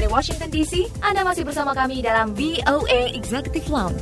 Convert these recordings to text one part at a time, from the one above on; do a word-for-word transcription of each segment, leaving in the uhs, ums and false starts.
Washington D C, Anda masih bersama kami dalam V O A Executive Lounge.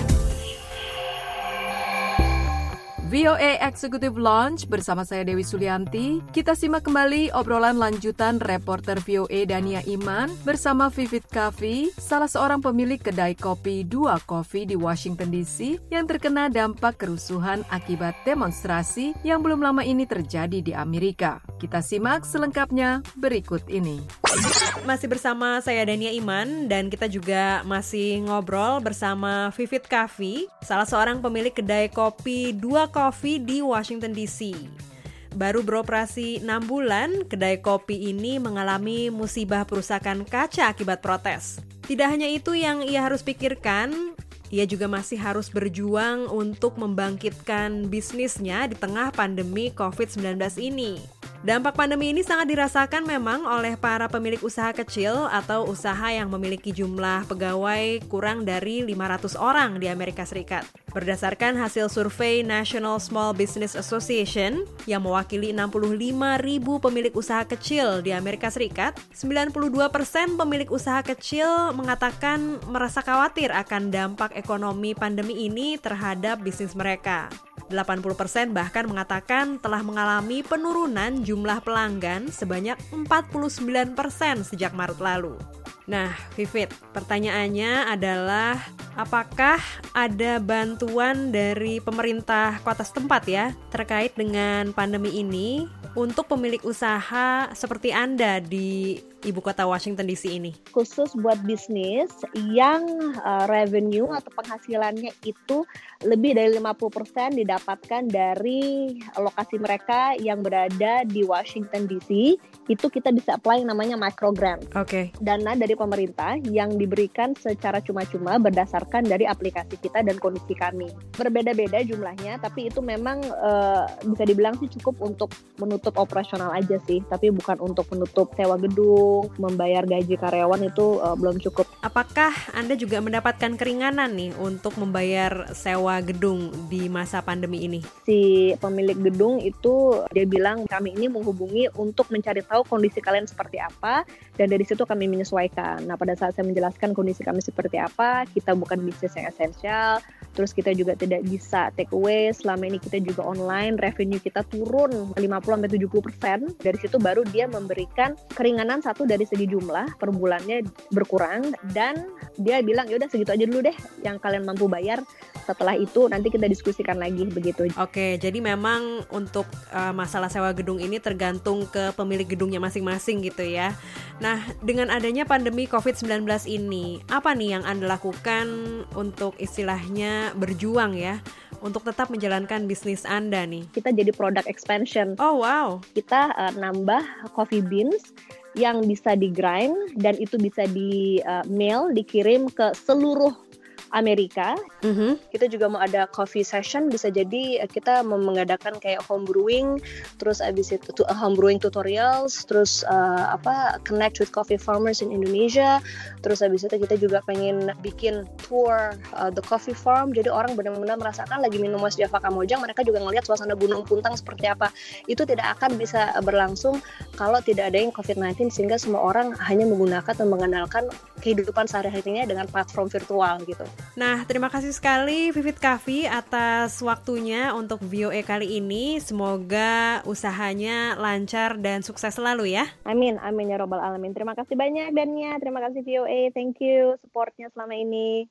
V O A Executive Lounge bersama saya Dewi Sulianti. Kita simak kembali obrolan lanjutan reporter V O A Dania Iman bersama Vivit Kavi, salah seorang pemilik kedai kopi Dua Coffee di Washington D C yang terkena dampak kerusuhan akibat demonstrasi yang belum lama ini terjadi di Amerika. Kita simak selengkapnya berikut ini. Masih bersama saya Dania Iman dan kita juga masih ngobrol bersama Vivit Kavi, salah seorang pemilik kedai kopi Dua Coffee di Washington D C. Baru beroperasi enam bulan, kedai kopi ini mengalami musibah perusakan kaca akibat protes. Tidak hanya itu yang ia harus pikirkan, ia juga masih harus berjuang untuk membangkitkan bisnisnya di tengah pandemi covid sembilan belas ini. Dampak pandemi ini sangat dirasakan memang oleh para pemilik usaha kecil atau usaha yang memiliki jumlah pegawai kurang dari lima ratus orang di Amerika Serikat. Berdasarkan hasil survei National Small Business Association yang mewakili enam puluh lima ribu pemilik usaha kecil di Amerika Serikat, sembilan puluh dua persen pemilik usaha kecil mengatakan merasa khawatir akan dampak ekonomi pandemi ini terhadap bisnis mereka. delapan puluh persen bahkan mengatakan telah mengalami penurunan jumlah pelanggan sebanyak empat puluh sembilan persen sejak Maret lalu. Nah, Vivit, pertanyaannya adalah apakah ada bantuan dari pemerintah kota setempat ya terkait dengan pandemi ini untuk pemilik usaha seperti Anda di ibu kota Washington D C ini? Khusus buat bisnis yang uh, revenue atau penghasilannya itu lebih dari lima puluh persen didapatkan dari lokasi mereka yang berada di Washington D C, itu kita bisa apply yang namanya micro grant. Oke. Okay. Dana dari pemerintah yang diberikan secara cuma-cuma berdasarkan dari aplikasi kita dan kondisi kami. Berbeda-beda jumlahnya, tapi itu memang uh, bisa dibilang sih cukup untuk menutup operasional aja sih, tapi bukan untuk menutup sewa gedung, membayar gaji karyawan itu uh, belum cukup. Apakah Anda juga mendapatkan keringanan nih untuk membayar sewa gedung di masa pandemi ini? Si pemilik gedung itu dia bilang kami ini menghubungi untuk mencari tahu kondisi kalian seperti apa dan dari situ kami menyesuaikan. Nah, pada saat saya menjelaskan kondisi kami seperti apa, kita bukan bisnis yang esensial, terus kita juga tidak bisa take away, selama ini kita juga online, revenue kita turun lima puluh sampai tujuh puluh persen. Dari situ baru dia memberikan keringanan satu dari segi jumlah per bulannya berkurang dan dia bilang ya udah segitu aja dulu deh yang kalian mampu bayar. Setelah itu nanti kita diskusikan lagi begitu. Oke, jadi memang untuk uh, masalah sewa gedung ini tergantung ke pemilik gedungnya masing-masing gitu ya. Nah, dengan adanya pandemi covid sembilan belas ini, apa nih yang Anda lakukan untuk istilahnya berjuang ya untuk tetap menjalankan bisnis Anda nih? Kita jadi product expansion. Oh wow. Kita uh, nambah coffee beans yang bisa di-grind dan itu bisa di-mail, uh, dikirim ke seluruh Amerika. Mm-hmm. Kita juga mau ada coffee session, bisa jadi kita mengadakan kayak home brewing, terus abis itu uh, home brewing tutorials, terus uh, apa connect with coffee farmers in Indonesia, terus abis itu kita juga pengen bikin tour uh, the coffee farm, jadi orang benar-benar merasakan lagi minum Mas Java Kamojang, mereka juga ngelihat suasana Gunung Puntang seperti apa. Itu tidak akan bisa berlangsung kalau tidak ada yang covid sembilan belas, sehingga semua orang hanya menggunakan dan mengandalkan kehidupan sehari-harinya dengan platform virtual gitu. Nah, terima kasih sekali Vivit Kavi atas waktunya untuk V O A kali ini. Semoga usahanya lancar dan sukses selalu ya. Amin, amin ya robbal alamin. Terima kasih banyak Dania, terima kasih V O A, thank you supportnya selama ini.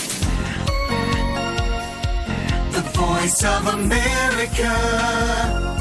The Voice of America.